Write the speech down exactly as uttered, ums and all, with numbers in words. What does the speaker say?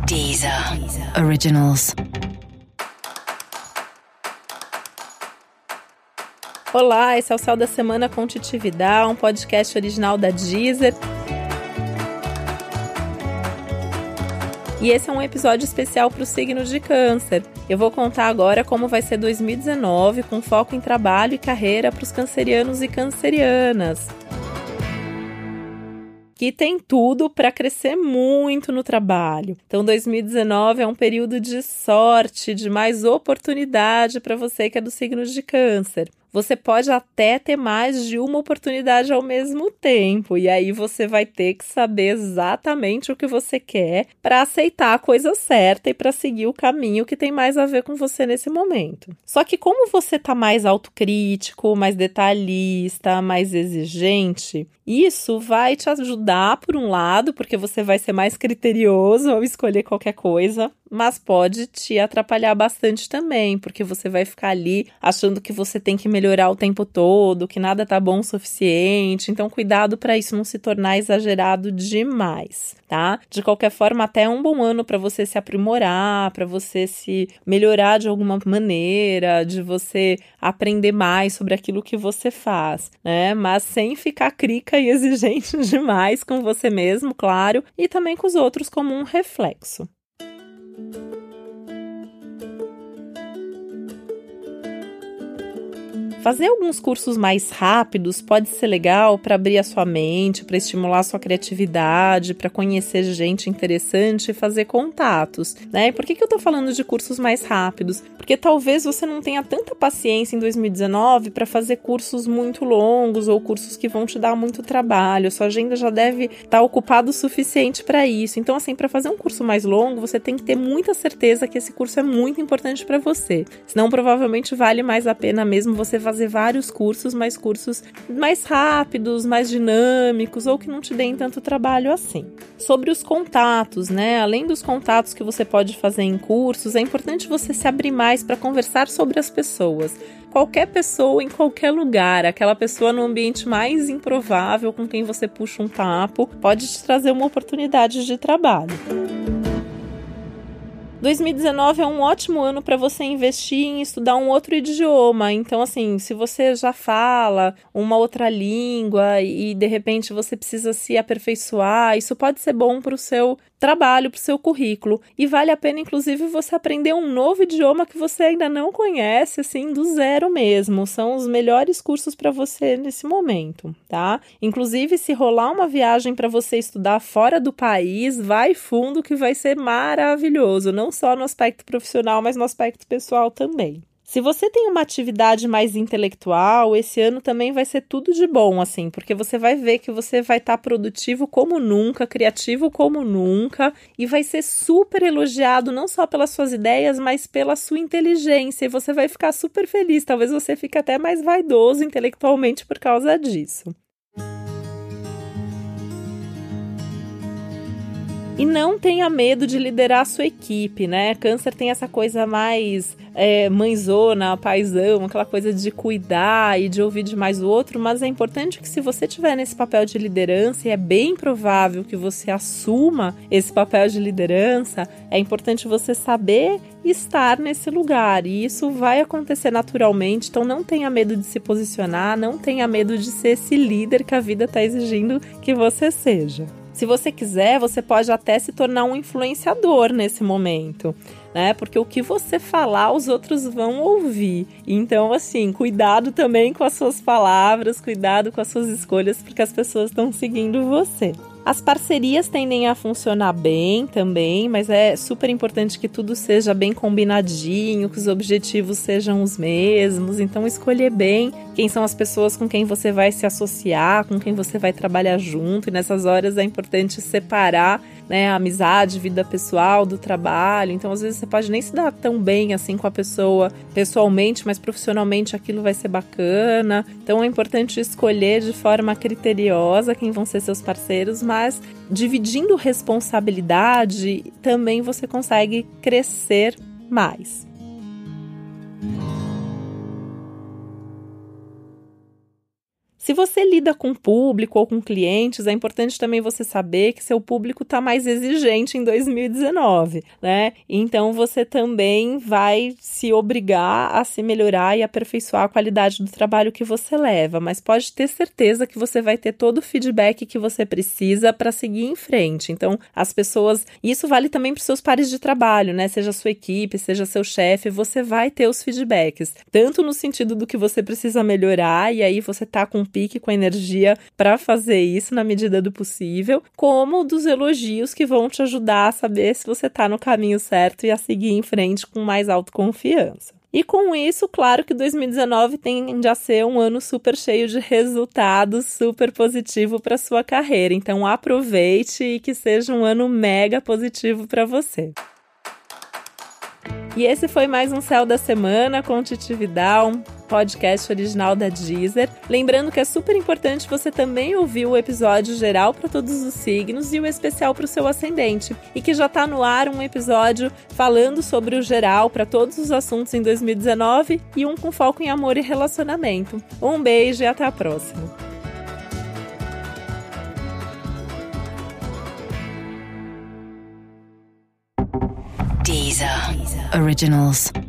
Deezer Originals. Olá, esse é o Céu da Semana com Titividade, um podcast original da Deezer. E esse é um episódio especial para o signo de Câncer. Eu vou contar agora como vai ser dois mil e dezenove, com foco em trabalho e carreira para os cancerianos e cancerianas, que tem tudo para crescer muito no trabalho. Então, dois mil e dezenove é um período de sorte, de mais oportunidade para você que é do signo de Câncer. Você pode até ter mais de uma oportunidade ao mesmo tempo, e aí você vai ter que saber exatamente o que você quer para aceitar a coisa certa e para seguir o caminho que tem mais a ver com você nesse momento. Só que como você está mais autocrítico, mais detalhista, mais exigente, isso vai te ajudar por um lado, porque você vai ser mais criterioso ao escolher qualquer coisa, mas pode te atrapalhar bastante também, porque você vai ficar ali achando que você tem que melhorar o tempo todo, que nada tá bom o suficiente. Então, cuidado para isso não se tornar exagerado demais, tá? De qualquer forma, até é um bom ano para você se aprimorar, para você se melhorar de alguma maneira, de você aprender mais sobre aquilo que você faz, né? Mas sem ficar crica e exigente demais com você mesmo, claro, e também com os outros como um reflexo. Fazer alguns cursos mais rápidos pode ser legal para abrir a sua mente, para estimular a sua criatividade, para conhecer gente interessante e fazer contatos, né? E por que que eu tô falando de cursos mais rápidos? Porque talvez você não tenha tanta paciência em dois mil e dezenove para fazer cursos muito longos ou cursos que vão te dar muito trabalho. Sua agenda já deve estar ocupada o suficiente para isso. Então, assim, para fazer um curso mais longo, você tem que ter muita certeza que esse curso é muito importante para você. Senão, provavelmente, vale mais a pena mesmo você fazer vários cursos, mas cursos mais rápidos, mais dinâmicos ou que não te deem tanto trabalho assim. Sobre os contatos, né? Além dos contatos que você pode fazer em cursos, é importante você se abrir mais para conversar sobre as pessoas. Qualquer pessoa em qualquer lugar, aquela pessoa no ambiente mais improvável com quem você puxa um papo, pode te trazer uma oportunidade de trabalho. dois mil e dezenove é um ótimo ano para você investir em estudar um outro idioma. Então, assim, se você já fala uma outra língua e de repente você precisa se aperfeiçoar, isso pode ser bom para o seu trabalho, para o seu currículo. E vale a pena, inclusive, você aprender um novo idioma que você ainda não conhece, assim, do zero mesmo. São os melhores cursos para você nesse momento, tá? Inclusive, se rolar uma viagem para você estudar fora do país, vai fundo que vai ser maravilhoso. Não só no aspecto profissional, mas no aspecto pessoal também. Se você tem uma atividade mais intelectual, esse ano também vai ser tudo de bom, assim, porque você vai ver que você vai estar produtivo como nunca, criativo como nunca, e vai ser super elogiado não só pelas suas ideias, mas pela sua inteligência, e você vai ficar super feliz, talvez você fique até mais vaidoso intelectualmente por causa disso. E não tenha medo de liderar a sua equipe, né? Câncer tem essa coisa mais é, mãezona, paizão, aquela coisa de cuidar e de ouvir demais o outro, mas é importante que se você estiver nesse papel de liderança, e é bem provável que você assuma esse papel de liderança, é importante você saber estar nesse lugar, e isso vai acontecer naturalmente, então não tenha medo de se posicionar, não tenha medo de ser esse líder que a vida está exigindo que você seja. Se você quiser, você pode até se tornar um influenciador nesse momento, né? Porque o que você falar, os outros vão ouvir. Então, assim, cuidado também com as suas palavras, cuidado com as suas escolhas, porque as pessoas estão seguindo você. As parcerias tendem a funcionar bem também, mas é super importante que tudo seja bem combinadinho, que os objetivos sejam os mesmos. Então, escolher bem quem são as pessoas com quem você vai se associar, com quem você vai trabalhar junto. E nessas horas é importante separar, né, a amizade, vida pessoal do trabalho. Então, às vezes, você pode nem se dar tão bem assim com a pessoa pessoalmente, mas profissionalmente aquilo vai ser bacana. Então, é importante escolher de forma criteriosa quem vão ser seus parceiros, mas dividindo responsabilidade também você consegue crescer mais. Se você lida com público ou com clientes, é importante também você saber que seu público está mais exigente em dois mil e dezenove, né? Então você também vai se obrigar a se melhorar e aperfeiçoar a qualidade do trabalho que você leva, mas pode ter certeza que você vai ter todo o feedback que você precisa para seguir em frente. Então, as pessoas, isso vale também para os seus pares de trabalho, né? Seja a sua equipe, seja seu chefe, você vai ter os feedbacks, tanto no sentido do que você precisa melhorar, e aí você tá com pique, com energia para fazer isso na medida do possível, como dos elogios que vão te ajudar a saber se você tá no caminho certo e a seguir em frente com mais autoconfiança. E com isso, claro que dois mil e dezenove tende a ser um ano super cheio de resultados, super positivo para sua carreira. Então aproveite e que seja um ano mega positivo para você. E esse foi mais um Céu da Semana com Titi Vidal, podcast original da Deezer. Lembrando que é super importante você também ouvir o episódio geral para todos os signos e o especial para o seu ascendente. E que já está no ar um episódio falando sobre o geral para todos os assuntos em dois mil e dezenove e um com foco em amor e relacionamento. Um beijo e até a próxima. Deezer Originals.